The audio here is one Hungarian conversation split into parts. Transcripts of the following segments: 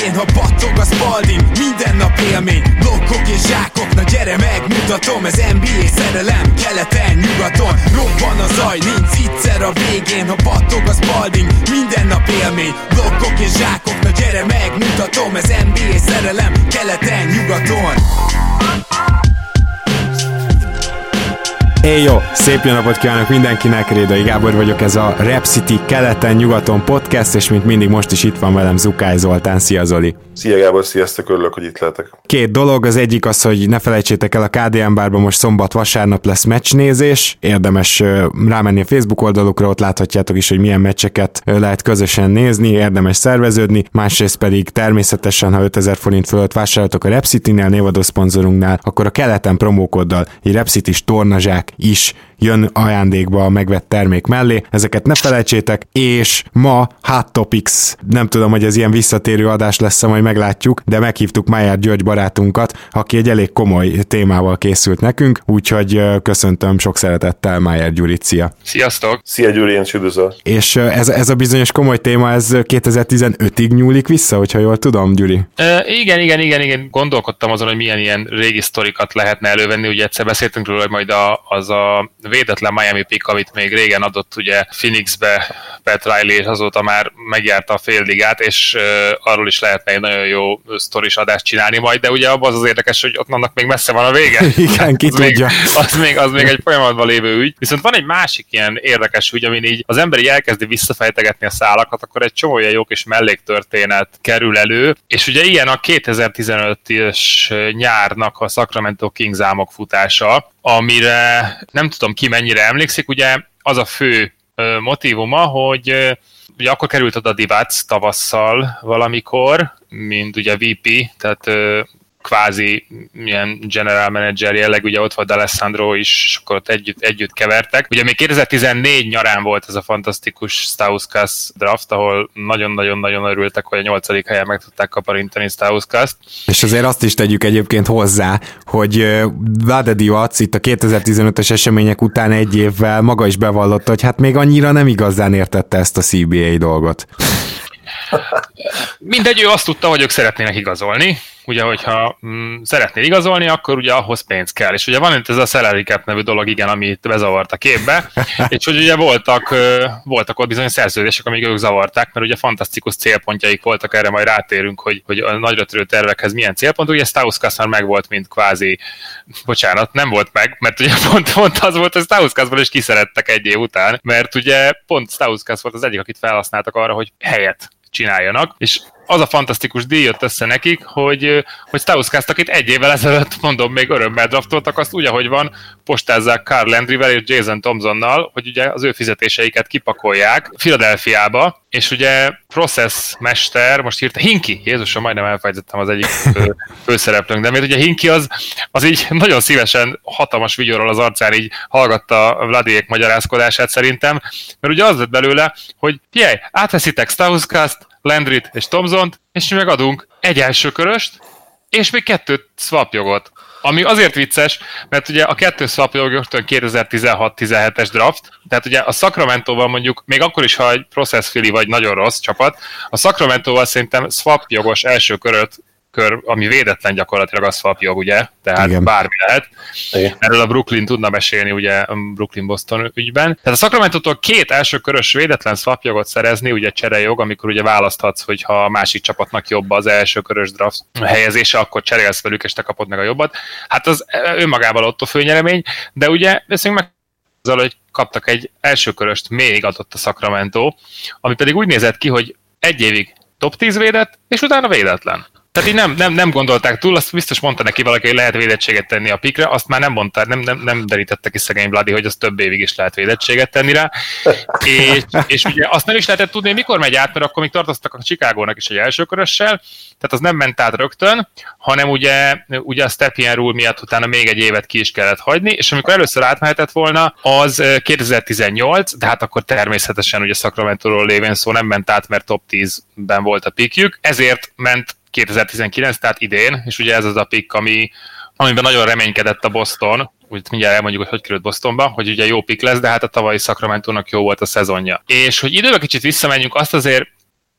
végén, ha battog a Spalding, minden nap élmény, blokkok és zsákok, na gyere megmutatom, ez NBA szerelem, keleten, nyugaton, robban a zaj, nincs egyszer a végén, ha battog a Spalding, minden nap élmény, blokkok és zsákok, na gyere megmutatom, ez NBA szerelem, keleten, nyugaton. Jó, szép jó napot kívánok mindenkinek, Rédai Gábor vagyok, ez a Rep City keleten-nyugaton podcast, és mint mindig most is itt van velem Zukály Zoltán. Szia Zoli! Szia Gábor, sziasztok, örülök, hogy itt lehetek. Két dolog, az egyik az, hogy ne felejtsétek el, a KDM bárban most szombat-vasárnap lesz meccsnézés, érdemes rámenni a Facebook oldalukra, ott láthatjátok is, hogy milyen meccseket lehet közösen nézni, érdemes szerveződni, másrészt pedig természetesen, ha 5000 forint fölött vásároltok a Rep City-nél, névadó szponzorunknál, akkor a keleten promókoddal egy Rep City-s tornazsák is jön ajándékba a megvett termék mellé, ezeket ne felejtsétek, és ma Hot Topics, nem tudom, hogy ez ilyen visszatérő adás lesz, majd meglátjuk, de meghívtuk Májer György barátunkat, aki egy elég komoly témával készült nekünk, úgyhogy köszöntöm sok szeretettel Májer Gyurit, szia! Sziasztok! Szia Gyuri, én üdvözöl! És ez a bizonyos komoly téma, ez 2015-ig nyúlik vissza, hogyha jól tudom, Gyuri? Igen. Gondolkodtam azon, hogy milyen ilyen régi sztorikat lehetne elővenni, ugye egyszer beszéltünk róla, hogy majd az a védetlen Miami pick, amit még régen adott ugye Phoenixbe Pat Riley, és azóta már megjárta a félligát, és arról is lehetne egy nagyon jó sztoris adást csinálni majd, de ugye abban az érdekes, hogy ott annak még messze van a vége. Igen, ki tudja. Az még egy folyamatban lévő ügy. Viszont van egy másik ilyen érdekes ügy, amin így az ember így elkezdi visszafejtegetni a szálakat, akkor egy csomó ilyen jó kis melléktörténet kerül elő, és ugye ilyen a 2015-es nyárnak a Sacramento Kings álmokfutása, amire nem tudom ki mennyire emlékszik, ugye az a fő motívuma, hogy ugye akkor került oda Divac tavasszal valamikor, mint ugye VP, tehát kvázi ilyen general manager jelleg, ugye ott volt D'Alessandro is, és akkor ott együtt kevertek. Ugye még 2014 nyarán volt ez a fantasztikus Stauskas draft, ahol nagyon-nagyon-nagyon örültek, hogy a 8. helyen meg tudták kaparintani Stauskast. És azért azt is tegyük egyébként hozzá, hogy Vlade Divac itt a 2015-ös események után egy évvel maga is bevallotta, hogy hát még annyira nem igazán értette ezt a CBA dolgot. Mindegy, ő azt tudta, hogy ők szeretnének igazolni. Ugye, hogyha szeretnél igazolni, akkor ugye ahhoz pénz kell. És ugye van itt ez a salary cap nevű dolog, igen, ami itt bezavart a képbe, és hogy ugye voltak ott bizony szerződések, amik ők zavarták, mert ugye fantasztikus célpontjaik voltak, erre majd rátérünk, hogy a nagyra törő tervekhez milyen célpont. Ugye Stauskas már megvolt, mint kvázi, bocsánat, nem volt meg, mert ugye pont az volt, hogy Stauskasból is kiszerettek egy év után, mert ugye pont Stauskas volt az egyik, akit felhasználtak arra, hogy helyet csináljanak, és az a fantasztikus díj jött össze nekik, hogy Stauskast, akit egy évvel ezelőtt, mondom, még örömmel draftoltak, azt úgy, ahogy van, postázzák Carl Landryvel és Jason Thompsonnal, hogy ugye az ő fizetéseiket kipakolják Philadelphiába, és ugye process mester, most írta Hinkie, Jézusom, majdnem elfejtettem az egyik főszereplőnk, de miért ugye Hinkie az így nagyon szívesen hatalmas vigyorral az arcán így hallgatta a Vladiék magyarázkodását szerintem, mert ugye az lett belőle, hogy figyelj, átveszitek Stauskast, Landryt és Thompsont, és mi megadunk egy elsőköröst, és még 2 swap jogot. Ami azért vicces, mert ugye a 2 swap jog rögtön 2016-17-es draft, tehát ugye a Sacramentóval mondjuk, még akkor is, ha egy process fili vagy nagyon rossz csapat, a Sacramentóval szerintem swap jogos első kör, ami védetlen gyakorlatilag a swap jog, ugye? Tehát igen, bármi lehet. Igen. Erről a Brooklyn tudna mesélni, ugye a Brooklyn-Boston ügyben. Tehát a Sacramento-tól 2 elsőkörös védetlen swap jogot szerezni, ugye cserejog, amikor ugye választhatsz, hogy ha a másik csapatnak jobb az elsőkörös draft helyezése, akkor cserélsz velük, és te kapod meg a jobbat. Hát az önmagában lottó főnyeremény, de ugye beszéljünk meg azzal, hogy kaptak egy elsőköröst, még adott a Sacramento, ami pedig úgy nézett ki, hogy egy évig top 10 védett, és utána védetlen. Tehát így nem gondolták túl, azt biztos mondta neki valaki, hogy lehet védettséget tenni a pikre, azt már nem mondták, nem derítette ki szegény Vladi, hogy az több évig is lehet védettséget tenni rá. És ugye azt nem is lehetett tudni, mikor megy át, mert akkor még tartoztak a Chicagónak is egy elsőkörössel, tehát az nem ment át rögtön, hanem ugye a Stepien rule miatt utána még egy évet ki is kellett hagyni, és amikor először átmehetett volna, az 2018, de hát akkor természetesen ugye Sacramento-ról lévén szó nem ment át, mert top 10-ben volt a pikjük, ezért ment 2019, tehát idén, és ugye ez az a pick, amiben nagyon reménykedett a Boston, úgy mindjárt elmondjuk, hogy került Bostonba, hogy ugye jó pick lesz, de hát a tavalyi Sacramento-nak jó volt a szezonja. És hogy időben kicsit visszamenjünk, azt azért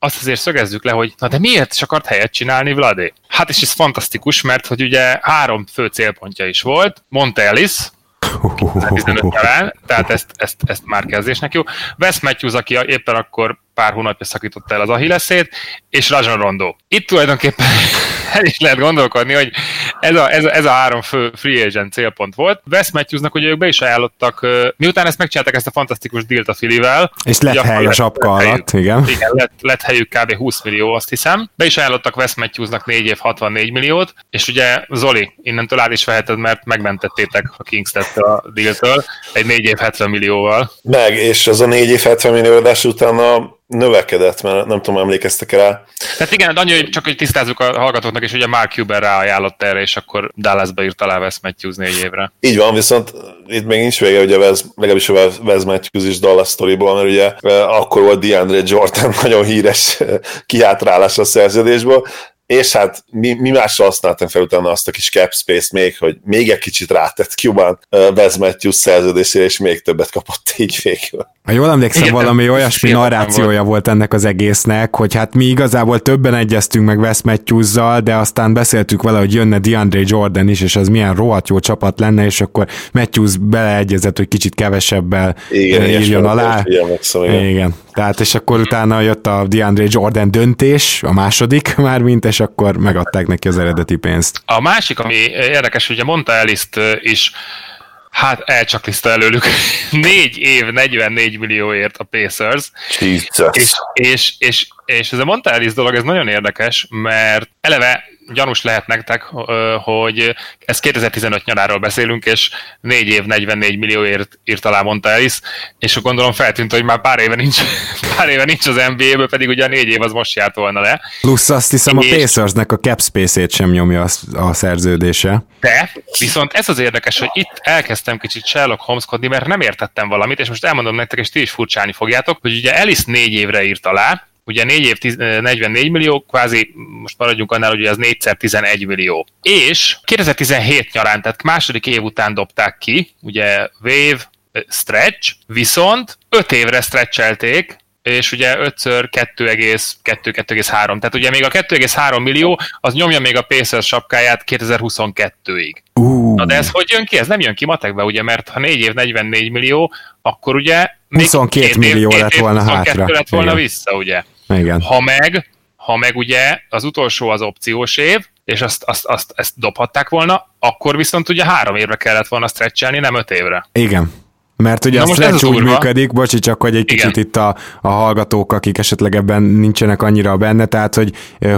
azt azért szögezzük le, hogy na de miért is akart helyet csinálni Vladé? Hát és ez fantasztikus, mert hogy ugye 3 fő célpontja is volt. Monte Ellis, 15 nyarán, tehát ezt már kezdésnek jó. Wes Matthews, aki éppen akkor pár hónapja szakította el az Achilleszét, és Rajon Rondo. Itt tulajdonképpen el is lehet gondolkodni, hogy ez a 3 fő free agent célpont volt. Wes Matthewsnak ugye ők be is ajánlottak, miután ezt megcsináltak ezt a fantasztikus dealt a Filivel. És lett hely a sapka alatt, igen. Igen, lett helyük kb. 20 millió, azt hiszem. Be is ajánlottak Wes Matthewsnak 4 év 64 milliót, és ugye Zoli, innentől át is veheted, mert megmentettétek a Kings-et a dealtől egy 4 év 70 millióval. És az a 4 év 70 millió adás utána növekedett, mert nem tudom, emlékeztek rá. Tehát igen, annyi, hogy csak hogy tisztázzuk a hallgatóknak, és ugye Mark Cuban ráajánlott erre, és akkor Dallasba írt alá Wes Matthews 4 évre. Így van, viszont itt még nincs vége, ugye legalábbis a Wes Matthews is Dallas sztoriból, mert ugye akkor volt DeAndre Jordan nagyon híres kihátrálás a szerződésből, és hát mi másra használtam fel utána azt a kis cap space-t még, hogy még egy kicsit rátett Cuban Wes Matthews szerződésére, és még többet kapott így végül. Ha jól emlékszem, igen, valami olyasmi narrációja volt ennek az egésznek, hogy hát mi igazából többen egyeztünk meg Wes Matthews-zal, de aztán beszéltük vele, hogy jönne DeAndre Jordan is, és az milyen rohadt jó csapat lenne, és akkor Matthews beleegyezett, hogy kicsit kevesebbel írjon alá. Igen. Tehát, és akkor utána jött a DeAndre Jordan döntés, a második mármint, és akkor megadták neki az eredeti pénzt. A másik, ami érdekes, ugye mondta Ellis-t is, hát elcsakliszta előlük 4 év 44 millióért a Pacers. És ez a Monta Ellis dolog, ez nagyon érdekes, mert eleve gyanús lehet nektek, hogy ez 2015 nyaráról beszélünk, és 4 év 44 millióért írt alá Monta Ellis, és gondolom feltűnt, hogy már pár éve nincs az NBA-ből, pedig ugye a 4 év az most járt volna le. Plusz azt hiszem a Pacersnek a cap space-ét sem nyomja a szerződése. De, viszont ez az érdekes, hogy itt elkezdtem kicsit Sherlock Holmeskodni, mert nem értettem valamit, és most elmondom nektek, és ti is furcsálni fogjátok, hogy ugye Ellis 4 évre írt alá, ugye 4 év 44 millió, kvázi, most maradjunk annál, hogy ez 4x11 millió. És 2017 nyarán, tehát második év után dobták ki, ugye wave, stretch, viszont 5 évre stretchelték, és ugye 5x 2,2-2,3. Tehát ugye még a 2,3 millió, az nyomja még a Pacers sapkáját 2022-ig. Na de ez hogy jön ki? Ez nem jön ki matekbe, ugye, mert ha 4 év 44 millió, akkor ugye 22 millió lett volna hátra. lett volna vissza, ugye. Igen. Ha meg ugye az utolsó az opciós év, és ezt dobhatták volna, akkor viszont ugye 3 évre kellett volna stretchelni, nem 5 évre. Igen. Mert ugye a stretch úgy működik, bocsi, csak hogy egy kicsit itt a hallgatók, akik esetleg ebben nincsenek annyira benne, tehát hogy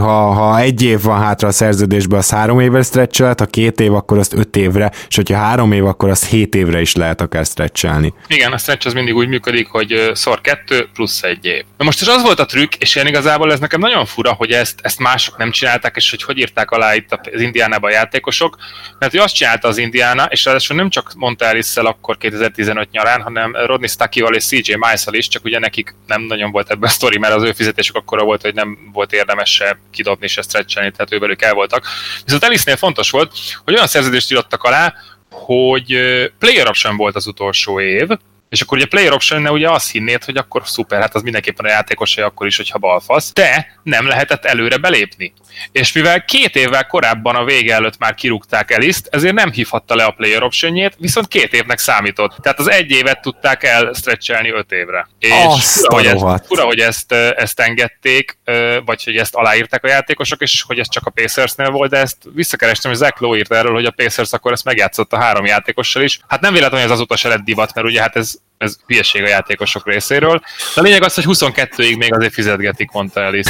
ha 1 év van hátra a szerződésben, az 3 évre stretchelhet, ha 2 év, akkor azt 5 évre, és hogyha 3 év, akkor azt 7 évre is lehet akár stretchelni. Igen, a stretch az mindig úgy működik, hogy szor 2 plusz 1 év. Na most is az volt a trükk, és én igazából ez nekem nagyon fura, hogy ezt mások nem csinálták, és hogy írták alá itt az Indiánában a játékosok, mert hogy azt csinálta az Indiana, és ráadásul nem csak mondta Ellis-szel akkor 2015 nyarán, hanem Rodney Stuckey-val és CJ Mice-al is, csak ugye nekik nem nagyon volt ebben a sztori, mert az ő fizetésük akkora volt, hogy nem volt érdemes se kidobni, se stretchelni, tehát ővelük el voltak. Viszont Ellisnél fontos volt, hogy olyan szerződést írottak alá, hogy player option volt az utolsó év, és akkor ugye player option-nel ugye azt hinnéd, hogy akkor szuper, hát az mindenképpen a játékosai akkor is, hogyha balfasz, de nem lehetett előre belépni. És mivel 2 évvel korábban a vége előtt már kirúgták Ellis-t, ezért nem hívhatta le a player optionjét, viszont 2 évnek számított. Tehát az 1 évet tudták elstretchelni 5 évre. És fura, hogy ezt engedték, vagy hogy ezt aláírták a játékosok, és hogy ez csak a Pacersnél volt, de ezt visszakerestem, hogy Zach Lowe írt erről, hogy a Pacers akkor ezt megjátszotta 3 játékossal is. Hát nem véletlenül, hogy ez azóta se lett divat, mert ugye hát ez hülyeség a játékosok részéről. De a lényeg az, hogy 22-ig még azért fizetgetik, mondta Ellis.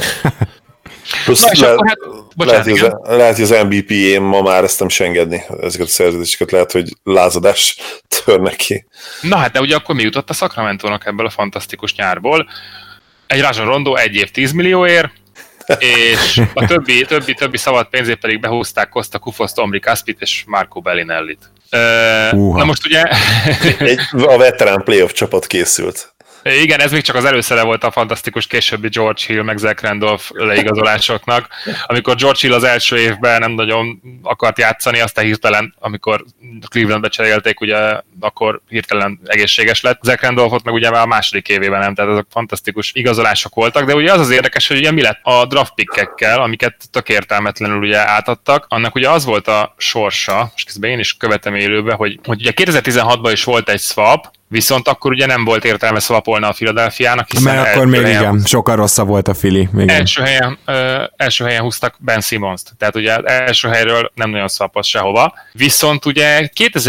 Plusz lehet, hogy az MVP-én ma már ezt nem se engedni, ezeket a szerződéseket, lehet, hogy lázadás törnek ki. Na hát, de ugye akkor mi jutott a Sacramento-nak ebből a fantasztikus nyárból? Egy Rajon Rondo 1 év 10 millióért, és a többi szabad pénzét pedig behúzták Costa Kufoszt, Omri Caspit és Marco Bellinellit. Na most ugye... A veterán playoff csapat készült. Igen, ez még csak az előszere volt a fantasztikus későbbi George Hill meg Zach Randolph leigazolásoknak, amikor George Hill az első évben nem nagyon akart játszani, aztán hirtelen, amikor Clevelandbe cserélték, ugye akkor hirtelen egészséges lett. Zach Randolphot meg ugye már a második évében nem, tehát ezek fantasztikus igazolások voltak, de ugye az érdekes, hogy ugye mi lett a draft pickekkel, amiket tök értelmetlenül ugye átadtak, annak ugye az volt a sorsa, és közben én is követem élőbe, hogy ugye 2016-ban is volt egy swap, viszont akkor ugye nem volt értelme swapolni a Philadelphiának, hiszen mert akkor még igen, sokkal rosszabb volt a Philly. Első helyen húztak Ben Simmons-t, tehát ugye az első helyről nem nagyon swapolt sehova. Viszont ugye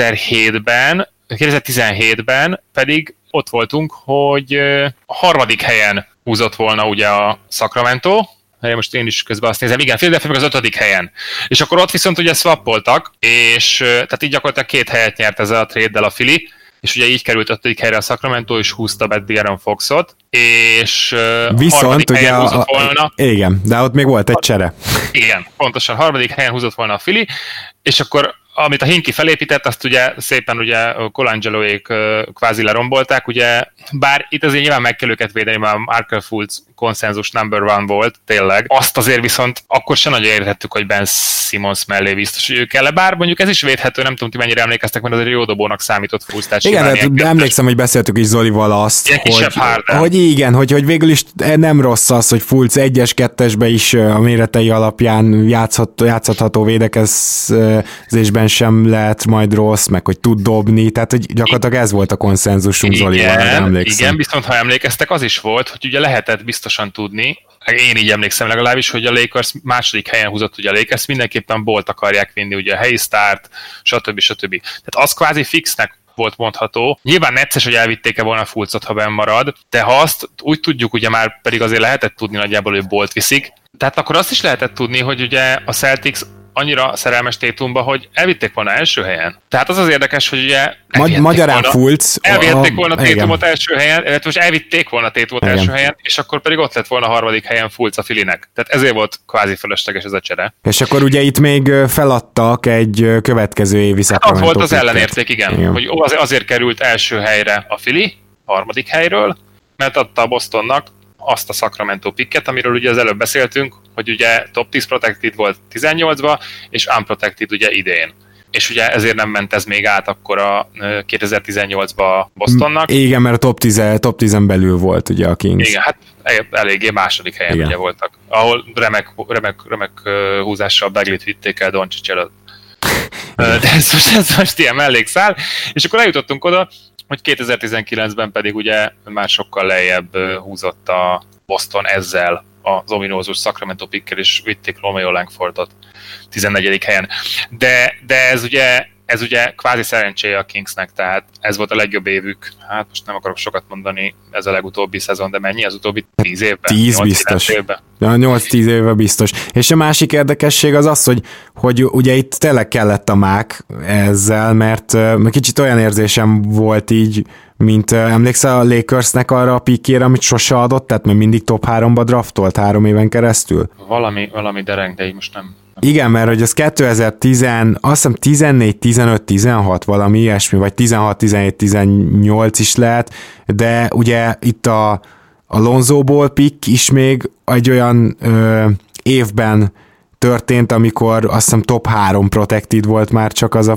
2017-ben pedig ott voltunk, hogy a harmadik helyen húzott volna ugye a Sacramento, most én is közben azt nézem, igen, Philadelphia meg az 5. helyen. És akkor ott viszont ugye swapoltak, és tehát így gyakorlatilag 2 helyet nyert ezzel a trade-del a Philly, és ugye így került 5. helyre a Sacramento, és húzta be De'Aaron Foxot, és viszont ugye húzott volna. Igen, de ott még volt egy csere. Igen, pontosan, 3. helyen húzott volna a Philly, és akkor amit a Hinkie felépített, azt ugye szépen ugye Colangeloék kvázi lerombolták, ugye, bár itt azért nyilván meg kell őket védeni, mert a Markel Fultz konszenzus number one volt, tényleg. Azt azért viszont akkor sem nagyon értettük, hogy Ben Simmons mellé biztos, hogy ő kell, bár mondjuk ez is védhető, nem tudom, ti mennyire emlékeztek, mert azért jó dobónak számított Fultz. Igen, de emlékszem, hogy beszéltük is Zolival azt, hogy végül is nem rossz az, hogy Fultz 1-es, 2-esbe is a méretei alapján játszható védekezésben sem lehet majd rossz, meg hogy tud dobni, tehát hogy gyakorlatilag ez volt a konszenzusunk Zolival, emlékszem. Igen, viszont ha emlékeztek, az is volt, hogy ugye lehetett biztosan tudni, én így emlékszem legalábbis, hogy a Lakers második helyen húzott ugye a Lakers, mindenképpen Bolt akarják vinni, ugye a helyi sztárt, stb. Tehát az kvázi fixnek volt mondható. Nyilván necces, hogy elvitték-e volna Fultzot, ha benn marad, de ha azt úgy tudjuk, ugye már pedig azért lehetett tudni nagyjából, hogy Bolt viszik, tehát akkor azt is lehetett tudni, hogy ugye a Celtics annyira szerelmes Tatumba, hogy elvitték volna első helyen. Tehát az érdekes, hogy ugye magyarán Fultz elvitték volna Tatumot első helyen, illetve most elvitték volna Tatumot első helyen, és akkor pedig ott lett volna a 3. helyen Fultz a Phillynek. Tehát ezért volt kvázi fölösleges ez a csere. És akkor ugye itt még feladtak egy következő évi Sacramento volt az ellenérték, igen. Hogy azért került első helyre a Philly, 3. helyről, mert adta a Bostonnak azt a Sacramento picket, amiről ugye az előbb beszéltünk, hogy ugye top 10 protected volt 18-ba, és unprotected ugye idén. És ugye ezért nem ment ez még át akkor a 2018-ba Bostonnak. Igen, mert a top 10-en belül volt ugye a Kings. Igen, hát eléggé második helyen ugye voltak, ahol remek húzással Bagleyt vitték el Doncic előtt. De ez most ilyen mellékszál. És akkor eljutottunk oda, hogy 2019-ben pedig ugye már sokkal lejjebb húzott a Boston ezzel az ominózus Sacramento pickkel, és vitték Romeo Langfordot 14. helyen. De ez ugye kvázi szerencséje a Kingsnek, tehát ez volt a legjobb évük. Hát most nem akarok sokat mondani, ez a legutóbbi szezon, de mennyi az utóbbi 10 évben? 10 biztos. 8-10 évben biztos. És a másik érdekesség az, hogy ugye itt tényleg kellett a mák ezzel, mert kicsit olyan érzésem volt így, mint emlékszel a Lakersnek arra a pickére, amit sose adott, tehát mert mindig top 3-ba draftolt 3 éven keresztül? Valami dereng, de így most nem. Igen, mert hogy az 2010, azt hiszem 14, 15, 16, valami ilyesmi, vagy 16, 17, 18 is lehet, de ugye itt a Lonzo Ball pick is még egy olyan évben történt, amikor azt hiszem top 3 protected volt már csak az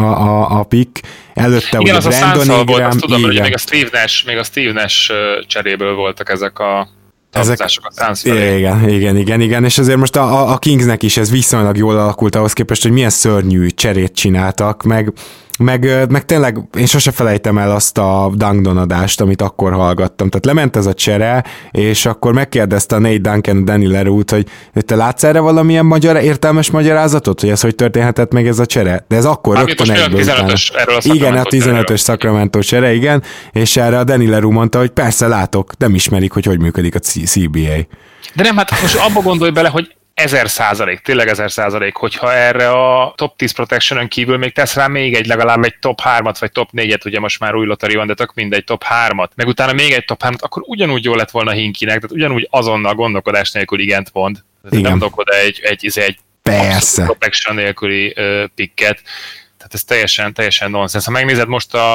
a pick. Előtte igen, ugye Brandon Ingram. Volt, azt tudom, hogy még a Steve Nash cseréből voltak ezek a igen, és azért most a Kingsnek is ez viszonylag jól alakult ahhoz képest, hogy milyen szörnyű cserét csináltak, meg tényleg én sose felejtem el azt a Dangdon adást, amit akkor hallgattam. Tehát lement ez a csere, és akkor megkérdezte a Nate Duncan Danny Leroux-t, hogy te látsz erre valamilyen értelmes magyarázatot, hogy ez hogy történhetett meg ez a csere? De ez akkor rögtön egyből. Igen, a 15-ös Sacramento csere, igen, és erre a Danny Leroux mondta, hogy persze látok, nem ismerik, hogy működik a CBA. De nem, hát most abba gondolj bele, hogy 1000%, tényleg 1000%, hogyha erre a top 10 protection-ön kívül még tesz rá még legalább egy top 3-at, vagy top 4-et, ugye most már új lottery van, de tök mindegy top 3-at, meg utána még egy top 3-at, akkor ugyanúgy jól lett volna Hinkinek, tehát ugyanúgy azonnal gondolkodás nélkül igent mond. Nem dobod egy persze protection nélküli picket. Tehát ez teljesen nonsens. Ha megnézed most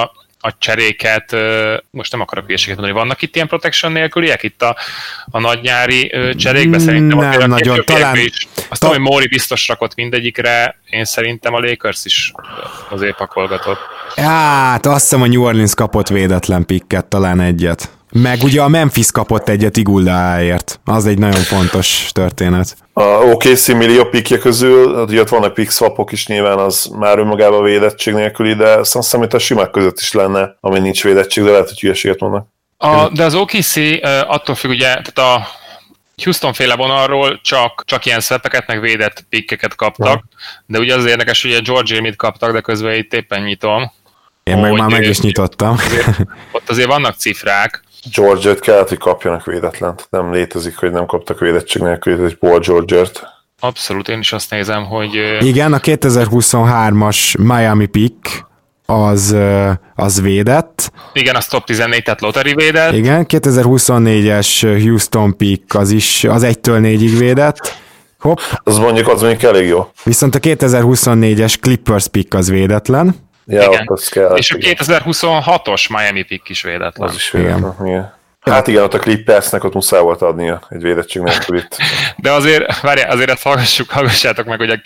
a cseréket, most nem akarok hülyeséget mondani, vannak itt ilyen protection nélküliek itt a nagynyári cserékbe? Szerintem nem nagyon, talán... Azt tudom, hogy Móri biztos rakott mindegyikre, én szerintem a Lakers is azért pakolgatott. Hát azt hiszem a New Orleans kapott védetlen picket, talán egyet. Meg ugye a Memphis kapott egyet Iguodalaért. Az egy nagyon fontos történet. A OKC millió pickje közül, ugye ott vannak pick swapok is nyilván, az már önmagában védettség nélküli, de azt hiszem, hogy a simák között is lenne, ami nincs védettség, de lehet, hogy hülyeséget mondnak. De az OKC attól függ, ugye, tehát a Houston féle vonalról csak ilyen szepeket, meg védett pikkeket kaptak, de ugye az érdekes, hogy a George mit kaptak, de közben itt éppen nyitom. Én meg is nyitottam. Ott azért vannak cifrák. George-t kellett, hogy kapjanak védetlent. Nem létezik, hogy nem kaptak védettség nélkül, ez egy Paul George-t. Abszolút, én is azt nézem, hogy... Igen, a 2023-as Miami pick az védett. Igen, az top 14, tehát lottery védett. Igen, 2024-es Houston pick az 1-től 4-ig védett. Hopp. Az mondjuk elég jó. Viszont a 2024-es Clippers pick az védetlen. Ja, ott az kell. És a 2026-os Miami pick is védetlen. Az is védetlen, igen. Hát igen, ott a Clippersnek ott muszáj volt adnia egy védettség nélkül itt. De azért, várjál, azért ezt hallgassátok meg, hogy a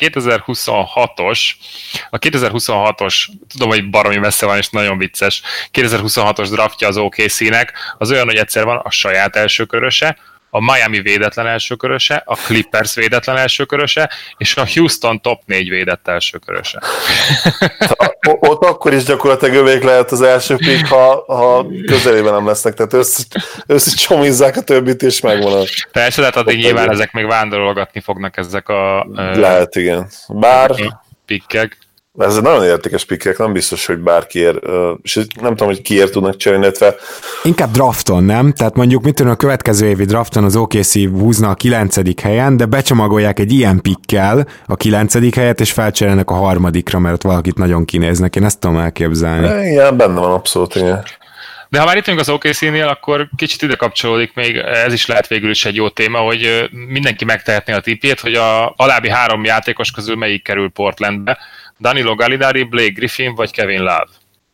2026-os, tudom, hogy baromi messze van, és nagyon vicces, 2026-os draftja az OKC-nek, az olyan, hogy egyszer van a saját elsőköröse, a Miami védetlen elsőköröse, a Clippers védetlen elsőköröse, és a Houston top 4 védett elsőköröse. Ott akkor is gyakorlatilag övék lehet az első pick, ha közelében nem lesznek, tehát összecsomizzák a többit, és megvan a... Persze, tehát addig nyilván ezek még vándorolgatni fognak ezek a... Lehet, igen. Bár... pikkek. Ez nagyon értékes pikkek, nem biztos, hogy bárkiért, és nem tudom, hogy kiért tudnak cserélni, illetve... Inkább drafton, nem? Tehát mondjuk mit tudom, a következő évi drafton az OKC húzna a 9. helyen, de becsomagolják egy ilyen pikkel a 9. helyet, és felcserélnek a 3. mert ott valakit nagyon kinéznek. Én ezt tudom elképzelni. Igen, benne van abszolút, igen. De ha már itt vagyunk az OKC-nél, akkor kicsit ide kapcsolódik még, ez is lehet végül is egy jó téma, hogy mindenki megtehetné a tippét, hogy a alábbi 3 játékos közül melyik kerül Portlandbe. Danilo Gallinari, Blake Griffin vagy Kevin Love.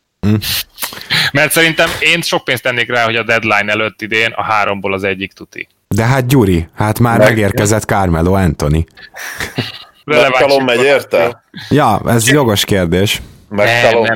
Mert szerintem én sok pénzt tennék rá, hogy a deadline előtt idén a 3-ból az egyik tuti. De hát Gyuri, hát már megérkezett Carmelo Anthony. McCallum megy érte? Ja, ez jogos kérdés. Nem.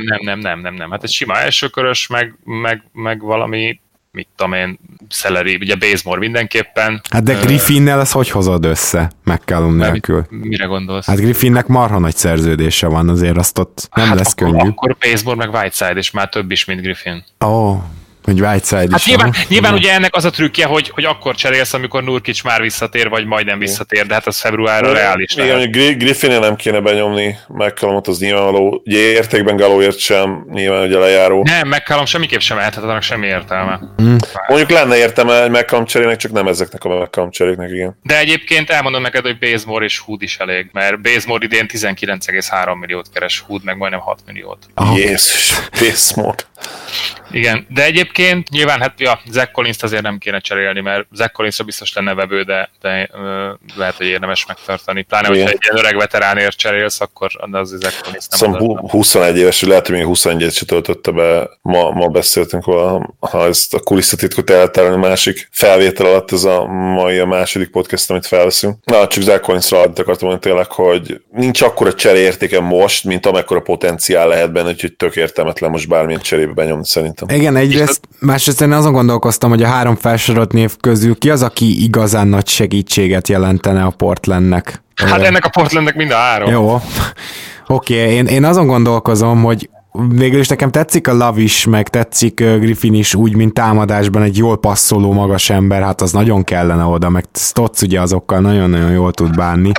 Hát ez sima elsőkörös, meg valami, mit tudom én, Szeleri, ugye Bazemore mindenképpen. Hát de Griffinnel ezt hogy hozod össze, McCallum nélkül? Mire gondolsz? Hát Griffinnek marha nagy szerződése van, azért azt ott nem lesz könnyű. Akkor Bazemore meg Whiteside, és már több is, mint Griffin. Hogy Whiteside is nyilván ugye ennek az a trükkje, hogy akkor cserélsz, amikor Nurkic már visszatér, vagy majdnem visszatér, de hát az februárra reális. Igen, Griffinnél nem kéne benyomni, McCallumot az nyilvánvaló. Ugye értékben Gallóért sem, nyilván ugye lejáró. Nem, McCallum semmiképp sem mehetett, annak semmi értelme. Mondjuk lenne értelme egy McCallum cserének, csak nem ezeknek a McCallum cseréknek, igen. De egyébként elmondom neked, hogy Bazemore és Hood is elég, mert Bazemore idén 19,3 milliót keres, Hood meg majdnem 6 milliót. Jézus, Bazemore. Igen, de egyébként nyilván hát Zach Collins-t azért nem kéne cserélni, mert Zach Collins-ra biztos lenne vevő, de lehet, hogy érdemes megtartani. Pláne, hogyha egy ilyen öreg veteránért cserélsz, akkor az Zach Collins nem az. 21 éves, lehet, hogy még 21-et se töltötte be, ma beszéltünk róla, ha ezt a kulisszatitkot eltárolni a másik felvétel alatt, ez a második podcast, amit felveszünk. Na, csak Zach Collins-ra akartam mondani tényleg, hogy nincs akkora cseréértéke most, mint amekkora potenciál lehet benne, úgyhogy tök értelmetlen most bármilyen cserébe benyomni szerintem. Igen, egyrészt, másrészt én azon gondolkoztam, hogy a 3 felsorolt név közül ki az, aki igazán nagy segítséget jelentene a Portlandnek. Hát ennek a Portlandnek mind a 3. Jó. Oké, én azon gondolkozom, hogy végül is nekem tetszik a Love is, meg tetszik Griffin is úgy, mint támadásban egy jól passzoló magas ember, hát az nagyon kellene oda, meg Stotts ugye azokkal nagyon-nagyon jól tud bánni.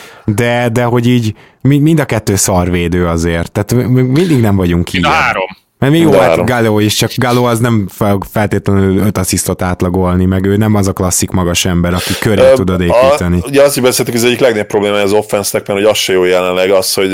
De hogy így mind a 2 szarvédő azért, tehát mindig nem vagyunk így. Mind a 3. Mert még jó, hát Gallo is, csak Gallo az nem feltétlenül 5 asszisztot átlagolni, meg ő nem az a klasszik magas ember, aki köré tudod építeni. Ugye azt, hogy beszéltük, ez egyik legnagyobb probléma az offense-nek, mert hogy az se jó jelenleg az, hogy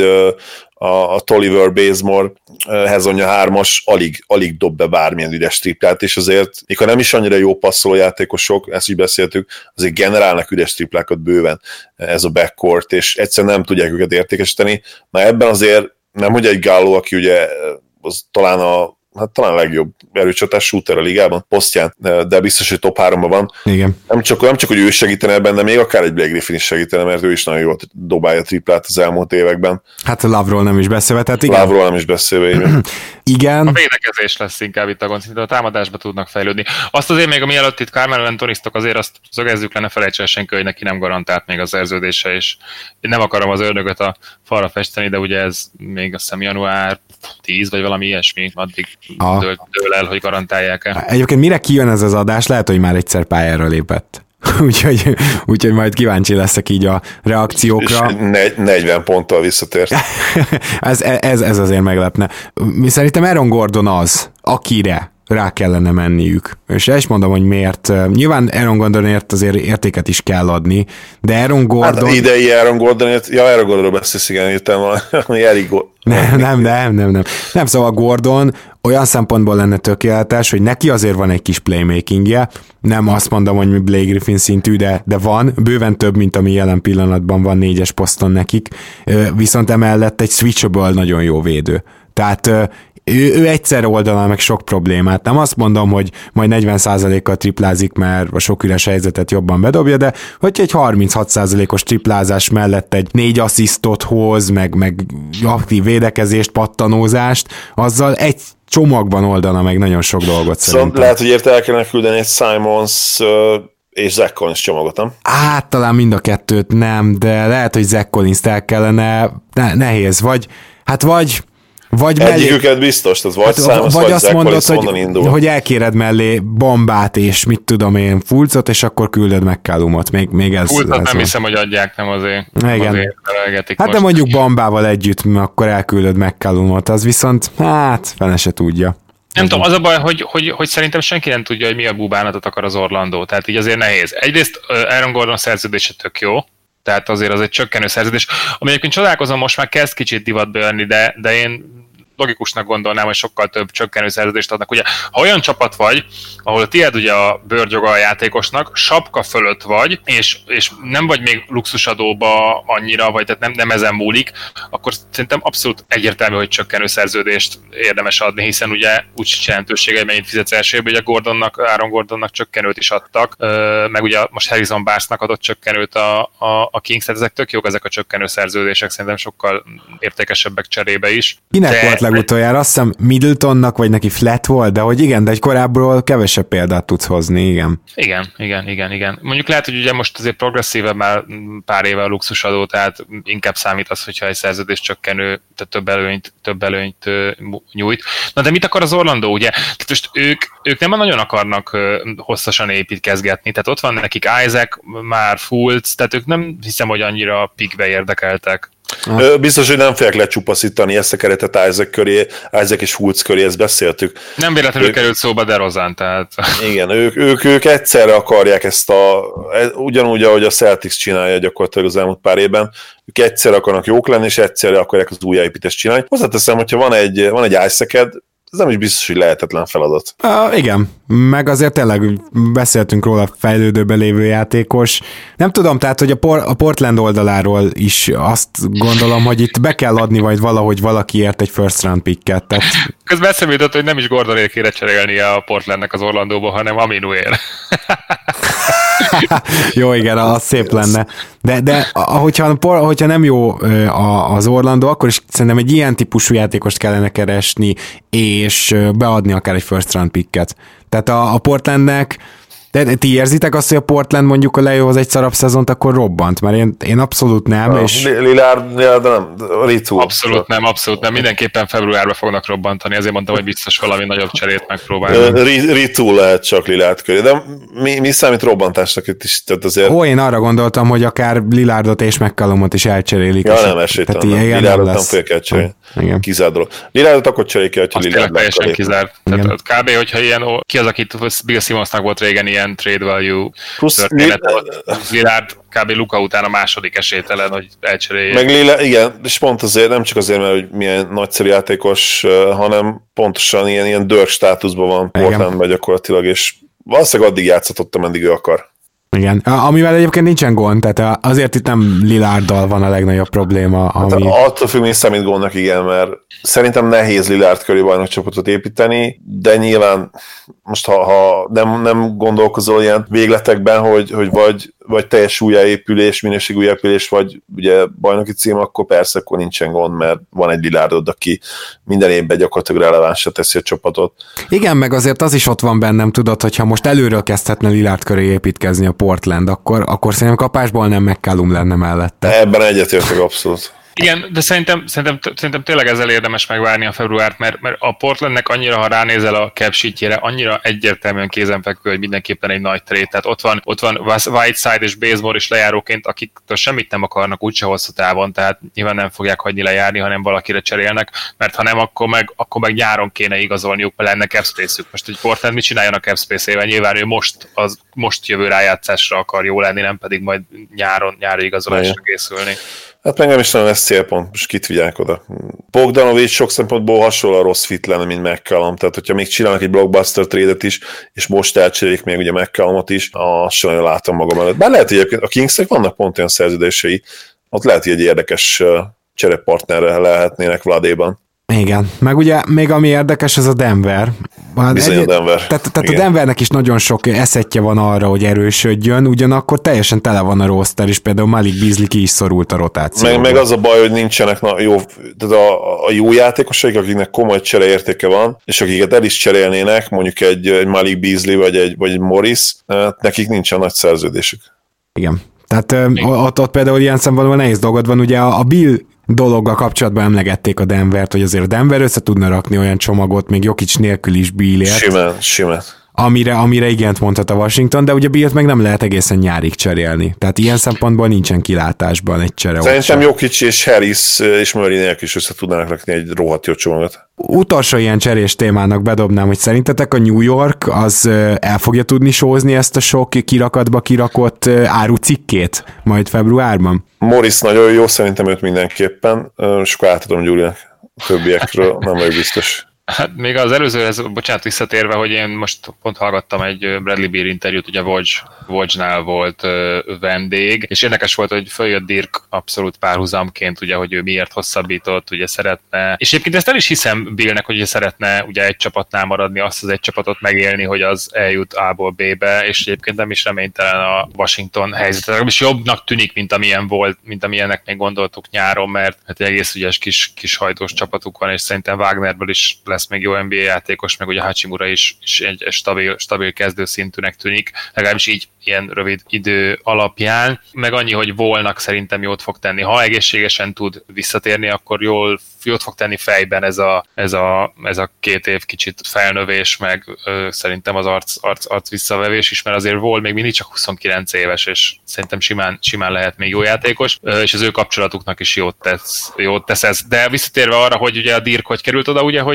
a Tolliver Bazemore Hezonja 3-as alig dob be bármilyen üres triplát, és azért, mikor nem is annyira jó passzoló játékosok, ezt is beszéltük, azért generálnak üres triplákat bőven ez a backcourt, és egyszerűen nem tudják őket értékesíteni. Na ebben azért nem, hogy egy Gallo, aki ugye az talán hát talán a legjobb erőcsatás shooter a ligában, posztján, de biztos, hogy top 3-ban van. Igen. Nem csak, hogy ő segítene benne, még akár egy Blake Griffin is segítene, mert ő is nagyon jól dobálja triplát az elmúlt években. Hát a Love-ról nem is beszélve, tehát igen. Love-ról nem is beszélve, igen. A védekezés lesz inkább itt a gond, a támadásba tudnak fejlődni. Azt azért még, mielőtt itt Carmelo Anthony-ztok, azért azt szögezzük le, ne felejts el senki, hogy neki nem garantált még a szerződése, és én nem akarom az ördögöt a falra festeni, de ugye ez még azt hiszem január 10 vagy valami ilyesmi, addig dől el, hogy garantálják-e. Egyébként mire kijön ez az adás, lehet, hogy már egyszer pályára lépett. úgyhogy majd kíváncsi leszek így a reakciókra. És 40 ponttal visszatért. ez azért meglepne. Szerintem Aaron Gordon az, akire rá kellene menniük. És el is mondom, hogy miért. Nyilván Aaron Gordonért azért értéket is kell adni, de Aaron Gordon... Hát idei Aaron Gordonért, Aaron Gordonról beszélsz, igen, jöttem valami Eric Nem, szóval Gordon olyan szempontból lenne tökéletes, hogy neki azért van egy kis playmakingje, nem azt mondom, hogy Blake Griffin szintű, de van, bőven több, mint ami jelen pillanatban van 4-es poszton nekik, viszont emellett egy switchable nagyon jó védő. Tehát ő egyszer oldalán meg sok problémát. Nem azt mondom, hogy majd 40%-kal triplázik, mert a sok üres helyzetet jobban bedobja, de hogyha egy 36%-os triplázás mellett egy 4 asszisztot hoz, meg aktív védekezést, pattanózást, azzal egy csomagban oldana meg nagyon sok dolgot szerintem. Szóval lehet, hogy érte el kellene küldeni egy Simons és Zach Collins csomagot, nem? Hát talán mind a kettőt nem, de lehet, hogy Zach Collins-t el kellene, nehéz, vagy egyiküket biztos, tehát vagy Simons, vagy azt mondod, onnan indul. hogy elkéred mellé bombát és mit tudom én, Fulcot, és akkor küldöd McCallumot. Még ez. Fulcot nem hiszem, hogy adják, nem azért. Igen. Azért hát de mondjuk bombával együtt, akkor elküldöd McCallumot, az viszont, fene se tudja. Nem tudom, az a baj, hogy szerintem senki nem tudja, hogy mi a búbánatot akar az Orlandó, tehát így azért nehéz. Egyrészt Aaron Gordon szerződése tök jó, tehát azért az egy csökkenő szerződés, ami egyébként csodálkozom, most már kezd kicsit divatba jönni, de én logikusnak gondolnám, hogy sokkal több csökkenő szerződést adnak. Ugye, ha olyan csapat vagy, ahol tiéd ugye a bőrgyoga a játékosnak, sapka fölött vagy, és nem vagy még luxusadóba annyira, vagy tehát nem ezen múlik, akkor szerintem abszolút egyértelmű, hogy csökkenő szerződést érdemes adni, hiszen ugye úgy sincs jelentősége, hogy mennyit fizetsz elsőbb, ugye Aaron Gordonnak csökkenőt is adtak, meg ugye most Harrison Barnesnak adott csökkenőt a Kings, tehát ezek tök jók, ezek a csökkenő szerződések, szerintem sokkal értékesebbek cserébe is. Kinek volt legutoljára? Azt hiszem Middletonnak, vagy neki flat volt, de hogy igen, de egy korábbról kevesebb példát tudsz hozni, igen. Igen. Mondjuk lehet, hogy ugye most azért progresszívebb már pár éve a luxusadó, tehát inkább számít az, hogyha egy szerződés csökkenő, tehát több előnyt nyújt. Na de mit akar az Orlandó, ugye? Tehát most ők nem nagyon akarnak hosszasan építkezgetni, tehát ott van nekik Isaac, már Fultz, tehát ők nem hiszem, hogy annyira pikbe érdekeltek. Biztos, hogy nem fogják lecsupaszítani ezt a keretet Isaac és Fultz köré, ezt beszéltük. Nem véletlenül került szóba DeRozan, tehát... Igen, ők egyszerre akarják ezt ugyanúgy, ahogy a Celtics csinálja gyakorlatilag az elmúlt pár évben, ők egyszerre akarnak jók lenni, és egyszerre akarják az újjáépítést csinálni. Hozzáteszem, hogyha van egy Isaac-ed, ez nem is biztos, hogy lehetetlen feladat. Igen, meg azért tényleg beszéltünk róla, fejlődőben lévő játékos. Nem tudom, tehát, hogy a Portland oldaláról is azt gondolom, hogy itt be kell adni majd valahogy valakiért egy first round picket. Tehát... Közben eszembe jutott, hogy nem is Gordonért kéne cserélnie a Portlandnek az Orlandóba, hanem Aminuért. Jó, igen, az szép lenne. De hogyha nem jó az Orlando, akkor is szerintem egy ilyen típusú játékost kellene keresni, és beadni akár egy first round picket. Tehát a Portlandnek, de ti érzitek azt, hogy a Portland mondjuk a lejóhoz egy szarabb szezont, akkor robbant? Mert én abszolút nem. És... Lillard nem, Ritu. Abszolút nem. Mindenképpen februárban fognak robbantani, ezért mondtam, hogy biztos valami nagyobb cserét megpróbálni. Ritu lehet csak Lillard köré, de mi számít robbantásnak itt is? Tehát azért... Én arra gondoltam, hogy akár Lillardot és McCallumot is elcserélik. Ja, nem esélytelen. Lillardot nem fogják elcserélni. Kizárt dolog. Lillardot akkor cserélik ki, hogyha Lillard teljesen kizárt. Tehát kb. Hogyha ilyen, ki az, akit Bill Simmonsnak volt régen ilyen trade value történet volt. Lillard kb. Luka után a második esélytelen, hogy elcserélje. Meg Lillard, igen, és pont azért, nem csak azért, mert hogy milyen nagyszerű játékos, hanem pontosan ilyen Dirk státuszban van Portlandban gyakorlatilag, és valószínűleg addig játszhatott, ameddig ő akar. Igen, amivel egyébként nincsen gond, tehát azért itt nem Lillarddal van a legnagyobb probléma. Ami... Hát attól függ, mi számít gondnak, igen, mert szerintem nehéz Lillard köré bajnokcsapatot építeni, de nyilván most ha nem gondolkozol ilyen végletekben, hogy vagy teljes újjáépülés, minőség újjáépülés, vagy ugye bajnoki cím, akkor persze, akkor nincsen gond, mert van egy Lillardod, aki minden évben gyakorlatilag relevánsra teszi a csapatot. Igen, meg azért az is ott van bennem, tudod, hogyha most előről kezdhetne Lillard köré építkezni a Portland, akkor szerintem kapásból nem McCallum lenne mellette. Ebben egyetértek abszolút. Igen, de szerintem tényleg ezzel érdemes megvárni a februárt, mert a Portlandnek annyira, ha ránézel a cap sheetjére, annyira egyértelműen kézenfekvő, hogy mindenképpen egy nagy trade. Tehát ott van Whiteside és Bazemore is lejáróként, akiktől semmit nem akarnak úgyse hosszú távon, tehát nyilván nem fogják hagyni lejárni, hanem valakire cserélnek, mert ha nem, akkor meg nyáron kéne igazolniuk, mert lenne cap space-ük. Most egy Portland mit csináljon a cap space-ével? Nyilván ő most jövő rájátszásra akar jó lenni, nem pedig majd nyári igazolásra készülni. Hát meg nem is nagyon ez célpont, most kit vigyák oda. Bogdanovics sok szempontból hasonló a rossz fit lenne, mint McCallum, tehát hogyha még csinálnak egy blockbuster trade-et is, és most elcserélik még ugye McCallumot is, azt sem nagyon látom magam előtt. Bár lehet, hogy egyébként a Kingsnek vannak pont olyan szerződései, ott lehet, hogy egy érdekes cserepartnerre lehetnének Vladéban. Igen, meg ugye még ami érdekes, az a Denver. Bizony a Denver. Tehát a Denvernek is nagyon sok eszetje van arra, hogy erősödjön, ugyanakkor teljesen tele van a roster, és például Malik Beasley ki is szorult a rotációba. Meg az a baj, hogy nincsenek jó, tehát a jó játékosaik, akiknek komoly csereértéke van, és akiket el is cserélnének, mondjuk egy Malik Beasley vagy egy Morris, nekik nincsen nagy szerződésük. Igen. Tehát ott például ilyen szempontból nehéz dolgod van, ugye a Bill dologgal kapcsolatban emlegették a Denvert, hogy azért a Denver össze tudna rakni olyan csomagot, még Jokic nélkül is Billért. Simán. Amire igent mondhat a Washington, de ugye Billt meg nem lehet egészen nyárig cserélni. Tehát ilyen szempontból nincsen kilátásban egy csere. Szerintem Jokic és Harris és Murray nélkül is össze tudnának rakni egy rohadt jó csomagot. Utolsó ilyen cserés témának bedobnám, hogy szerintetek a New York az el fogja tudni sózni ezt a sok kirakatba kirakott árucikkét majd februárban? Morris nagyon jó, szerintem őt mindenképpen, és akkor átadom Gyurinak, a többiekről nem vagyok biztos. Hát még az előzőhez, bocsánat, visszatérve, hogy én most pont hallgattam egy Bradley Beal interjút, ugye Wojnál volt vendég, és érdekes volt, hogy följött Dirk abszolút párhuzamként, ugye, hogy ő miért hosszabbított, ugye szeretne, és egyébként ezt el is hiszem Billnek, hogy szeretne ugye egy csapatnál maradni, azt az egy csapatot megélni, hogy az eljut A-ból B-be, és egyébként nem is reménytelen a Washington helyzet. És jobbnak tűnik, mint amilyen volt, mint amilyennek még gondoltuk nyáron, mert hát egy egész ügyes kis hajtós csapatuk van, és szerintem Wagnerből is lesz még jó NBA játékos, meg ugye Hachimura is egy stabil kezdőszintűnek tűnik, legalábbis így ilyen rövid idő alapján, meg annyi, hogy Volnak szerintem jót fog tenni. Ha egészségesen tud visszatérni, akkor jót fog tenni fejben ez a 2 év kicsit felnövés, meg szerintem az arc visszavevés is, mert azért Vol még mindig csak 29 éves, és szerintem simán lehet még jó játékos, és az ő kapcsolatuknak is jót tesz ez. De visszatérve arra, hogy ugye a Dirk hogy került oda, ugye,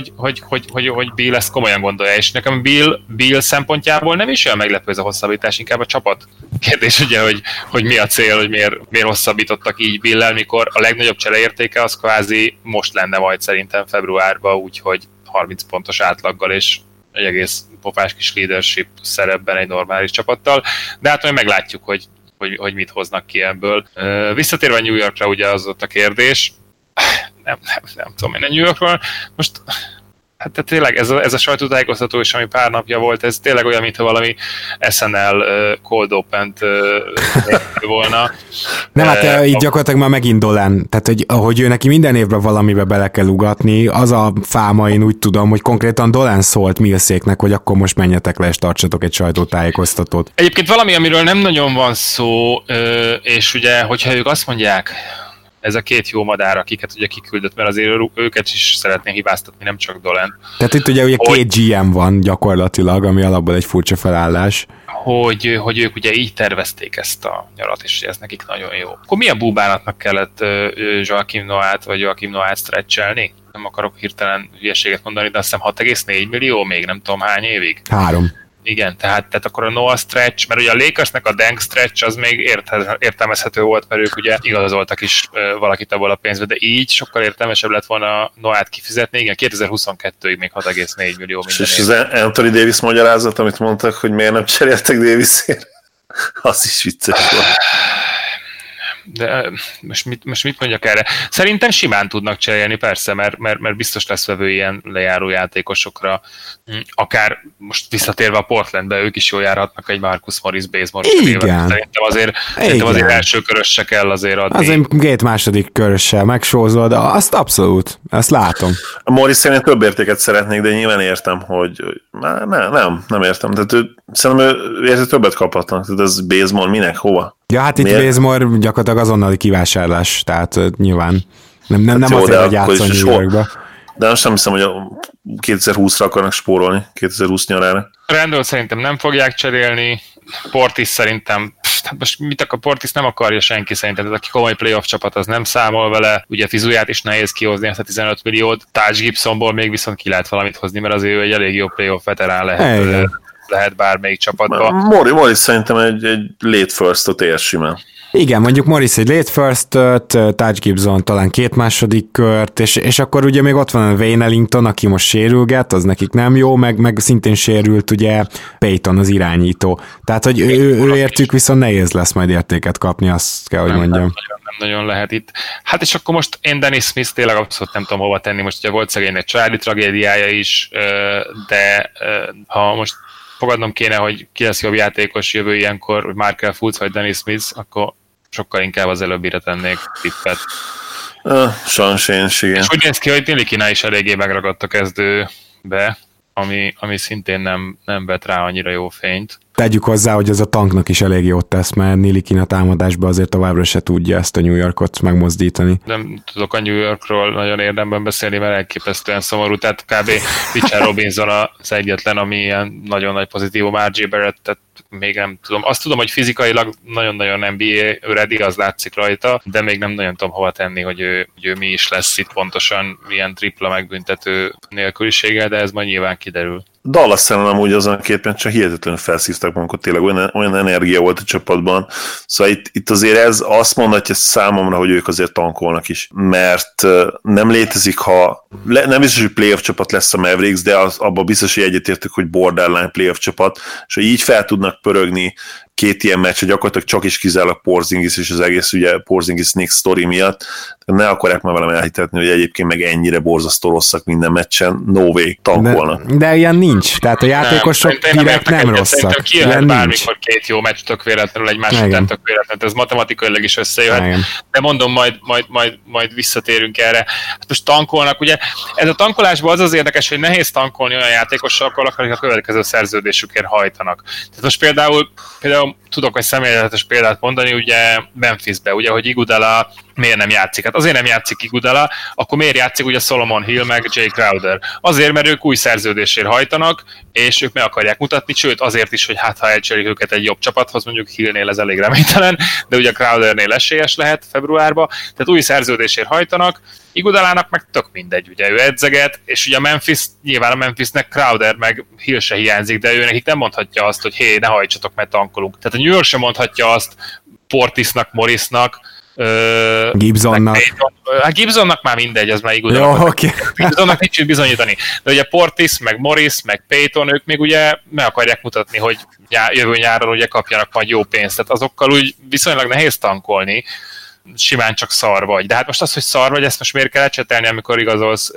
hogy Bill ezt komolyan gondolja, és nekem Bill szempontjából nem is olyan meglepő ez a hosszabbítás, inkább a csapat kérdés, ugye, hogy mi a cél, hogy miért hosszabbítottak így Bill-el, mikor a legnagyobb csereértéke az kvázi most lenne majd szerintem februárban, úgyhogy 30 pontos átlaggal és egy egész pofás kis leadership szerepben egy normális csapattal, de hát majd meglátjuk, hogy mit hoznak ki ebből. Visszatérve New Yorkra, ugye az ott a kérdés, nem tudom én a New Yorkról, most hát tényleg ez a sajtótájékoztató is, ami pár napja volt, ez tényleg olyan, mintha valami SNL Cold Open-t volna. Nem, hát így gyakorlatilag már megint Dolan, tehát hogy ő neki minden évben valamibe bele kell ugatni, az a fáma, én úgy tudom, hogy konkrétan Dolan szólt Millséknek, hogy akkor most menjetek le és tartsatok egy sajtótájékoztatót. Egyébként valami, amiről nem nagyon van szó, és ugye, hogyha ők azt mondják, ez a 2 jó madár, akiket ugye kiküldött, mert azért őket is szeretném hibáztatni, nem csak Dolan. Tehát itt ugye 2 GM van gyakorlatilag, ami alapból egy furcsa felállás. Hogy ők ugye így tervezték ezt a nyarat, és ez nekik nagyon jó. Akkor milyen búbánatnak kellett Joakim Noah-t vagy Joakim Noah-t stretchelni? Nem akarok hirtelen hülyeséget mondani, de azt hiszem 6,4 millió még nem tudom hány évig. 3. Igen, tehát akkor a Noah stretch, mert ugye a Lakersnek a Deng stretch az még értelmezhető volt, mert ők ugye igazoltak is valakit abból a pénzbe, de így sokkal értelmesebb lett volna Noah-t kifizetni. Igen, 2022-ig még 6,4 millió minden és az Anthony Davis magyarázat, amit mondtak, hogy miért nem cseréltek Davisért. Az is vicces volt. De most mit mondjak erre? Szerintem simán tudnak cserélni, persze, mert biztos lesz vevő ilyen lejáró játékosokra. Akár most visszatérve a Portlandbe, ők is jól járhatnak egy Marcus Morris Bazemore cserével. Szerintem azért első körös se kell azért adni. Azért két második körössel megsózod, azt abszolút, ezt látom. A Morris szerint több értéket szeretnék, de nyilván értem, hogy nem értem. Tehát szerintem ő többet kaphatnak. Tehát ez Bazemore minek, hova? Ja, hát itt Bazemore gyakorlatilag azonnali kivásárlás, tehát nyilván nem hát jó, azért, hogy játszani New Yorkba. De most nem hiszem, hogy 2020-ra akarnak spórolni, 2020 nyarára. Randall szerintem nem fogják cserélni, Portis szerintem, most mit akar, Portis nem akarja senki szerintem, tehát aki komoly playoff csapat, az nem számol vele, ugye Fizuját is nehéz kihozni ezt a 15 milliót, Taj Gibsonból még viszont ki lehet valamit hozni, mert azért ő egy elég jó playoff veterán lehet bármelyik csapatban. Morris szerintem egy late first-ot ér simán. Igen, mondjuk Morris egy late first-öt, Taj Gibson talán 2 második kört, és akkor ugye még ott van a Wayne Ellington, aki most sérülget, az nekik nem jó, meg szintén sérült ugye Payton az irányító. Tehát, hogy ő értük viszont nehéz lesz majd értéket kapni, azt kell, hogy mondjam. Nem nagyon lehet itt. Hát és akkor most én Dennis Smith tényleg abszolút nem tudom hova tenni, most ugye volt szegény egy családi tragédiája is, de ha most fogadnom kéne, hogy ki lesz jobb játékos jövő ilyenkor, hogy Markel Fultz vagy Dennis Smith, akkor sokkal inkább az előbbire tennék tippet. Sajnos én is, igen. És úgy néz ki, hogy Nilikina is eléggé megragadt a kezdőbe, ami szintén nem vet rá annyira jó fényt. Tegyük hozzá, hogy ez a tanknak is elég jót tesz, mert Nilikina támadásban azért továbbra se tudja ezt a New Yorkot megmozdítani. Nem tudok a New Yorkról nagyon érdemben beszélni, mert elképesztően szomorú, tehát kb. Richard Robinson az egyetlen, ami ilyen nagyon nagy pozitívum, RJ Barrett, tehát még nem tudom. Azt tudom, hogy fizikailag nagyon-nagyon NBA ready, az látszik rajta, de még nem nagyon tudom hova tenni, hogy ő mi is lesz itt pontosan ilyen tripla megbüntető nélküliséggel, de ez majd nyilván kiderül. Dallas szemben amúgy azon a képen csak hihetetlenül felszívták magukat, tényleg olyan energia volt a csapatban. Szóval itt azért ez azt mondhatja számomra, hogy ők azért tankolnak is. Mert nem létezik, nem biztos, hogy playoff csapat lesz a Mavericks, de abban biztos, hogy egyetértük, hogy borderline playoff csapat, és hogy így fel tudnak pörögni két ilyen meccs, gyakorlatilag csak is kizárólag Porzingis és az egész ugye Porzingis Knicks sztori miatt, ne akarják már velem elhitetni, hogy egyébként meg ennyire borzasztó rosszak minden meccsen, no way, tankolnak. De ilyen nincs, tehát a játékosok direkt nem rosszak. Szerintem kijöhet bármikor két jó meccs tök véletlenül, egy másik után tök véletlenül, ez matematikailag is összejöhet. Igen. De mondom, majd visszatérünk erre. Hát most tankolnak, ugye ez a tankolásban az érdekes, hogy nehéz tankolni olyan játékosokkal, akik a következő szerződésükért hajtanak. Tehát most például tudok egy személyletes példát mondani, ugye Memphisbe, ugye, hogy Iguodala miért nem játszik? Hát azért nem játszik Iguodala, akkor miért játszik ugye Solomon Hill meg Jay Crowder? Azért, mert ők új szerződésért hajtanak, és ők meg akarják mutatni, sőt azért is, hogy hát ha elcserélik őket egy jobb csapathoz, mondjuk Hillnél ez elég reménytelen, de ugye Crowdernél esélyes lehet februárban, tehát új szerződésért hajtanak, Iguodalának meg tök mindegy, ugye ő edzeget, és ugye nyilván a Memphisnek Crowder meg Hill se hiányzik, de ő nekik nem mondhatja azt, hogy hé, ne hajtsatok, mert tankolunk. Tehát a New York sem mondhatja azt Portisnak, Morrisnak, Gibsonnak. Hát Gibsonnak már mindegy, az már Iguodala. Okay. Gibsonnak nincs bizonyítani. De ugye Portis, meg Morris, meg Payton, ők még ugye meg akarják mutatni, hogy jövő nyáron ugye kapjanak majd jó pénzt. Tehát azokkal úgy viszonylag nehéz tankolni, simán csak szar vagy. De hát most az, hogy szar vagy, ezt most miért kell ecsetelni, amikor igazolsz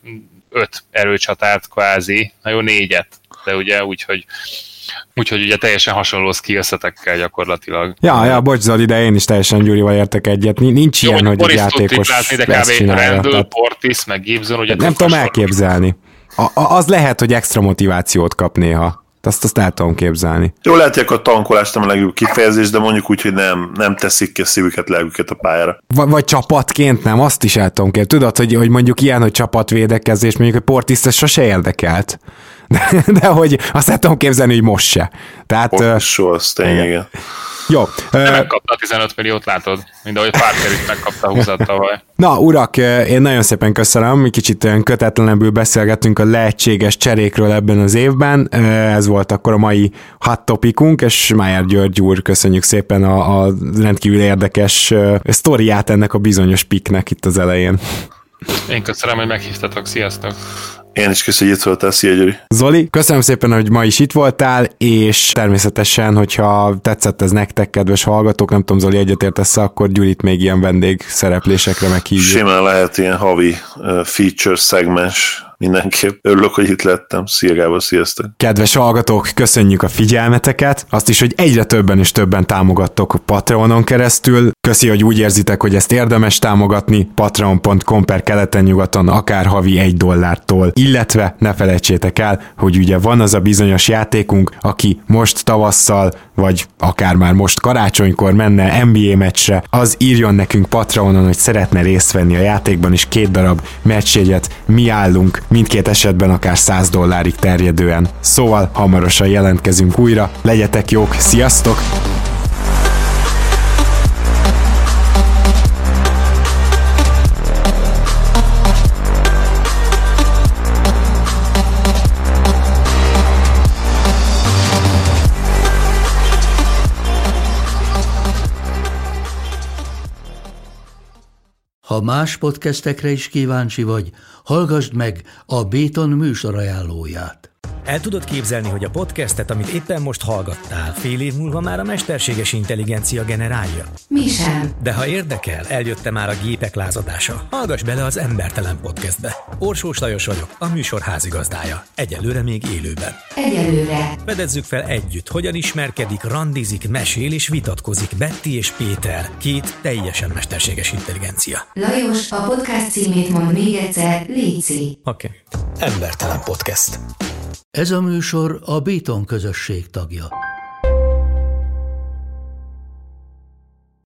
5 erőcsatárt kvázi, na jó 4-et, de ugye úgyhogy ugye teljesen hasonló skillsetekkel gyakorlatilag. Ja, bocs Zoli, de én is teljesen Gyurival értek egyet. Nincs jó, ilyen, hogy egy játékos ezt csinálja. Randall, Portis, meg Gibson, ugye nem tudom elképzelni. Az lehet, hogy extra motivációt kap néha. Azt el tudom képzelni. Jó, lehet, hogy a tankolást nem a legjobb kifejezés, de mondjuk úgy, hogy nem teszik ki a szívüket, lelküket a pályára. Vagy csapatként nem, azt is el tudom képzelni. Tudod, hogy mondjuk ilyen, hogy csapatvédekezés, mondjuk, hogy Portis sose érdekelt. De hogy azt el tudom képzelni, hogy most se. Tehát... Soha, az tényleg, igen. Jó. Megkapta a 15 milliót, látod? Mind ahogy Parker is megkapta 20-at tavaly. Na, urak, én nagyon szépen köszönöm, kicsit olyan kötetlenebbül beszélgettünk a lehetséges cserékről ebben az évben. Ez volt akkor a mai hot topicunk, és Májer György úr, köszönjük szépen a rendkívül érdekes sztoriát ennek a bizonyos piknek itt az elején. Én köszönöm, hogy meghívtatok. Sziasztok! Én is köszönjük, hogy itt voltál. Szia, Gyuri! Zoli, köszönöm szépen, hogy ma is itt voltál, és természetesen, hogyha tetszett ez nektek, kedves hallgatók, nem tudom, Zoli, egyetértesz, akkor Gyurit még ilyen vendég szereplésekre meghívjuk. Simán lehet ilyen havi feature szegmens. Mindenképp örülök, hogy itt lettem. Szia, Gábor, sziasztok! Kedves hallgatók, köszönjük a figyelmeteket, azt is, hogy egyre többen és többen támogattok a Patreonon keresztül. Köszi, hogy úgy érzitek, hogy ezt érdemes támogatni, patreon.com/keleten-nyugaton, akár havi $1, illetve ne felejtsétek el, hogy ugye van az a bizonyos játékunk, aki most tavasszal, vagy akár már most karácsonykor menne NBA meccsre, az írjon nekünk Patreonon, hogy szeretne részt venni a játékban, és 2 darab meccsjegyet mi állunk, mindkét esetben akár $100 terjedően. Szóval hamarosan jelentkezünk újra, legyetek jók, sziasztok! Ha más podcastekre is kíváncsi vagy, hallgassd meg a Béton műsor ajánlóját. El tudod képzelni, hogy a podcastet, amit éppen most hallgattál, fél év múlva már a mesterséges intelligencia generálja? Mi sem. De ha érdekel, eljött már a gépek lázadása. Hallgass bele az Embertelen Podcastbe. Orsós Lajos vagyok, a műsor házigazdája. Egyelőre még élőben. Egyelőre. Fedezzük fel együtt, hogyan ismerkedik, randizik, mesél és vitatkozik Betty és Péter, 2 teljesen mesterséges intelligencia. Lajos, a podcast címét mond még egyszer, léci. Oké. Embertelen Podcast. Ez a műsor a Béton közösség tagja.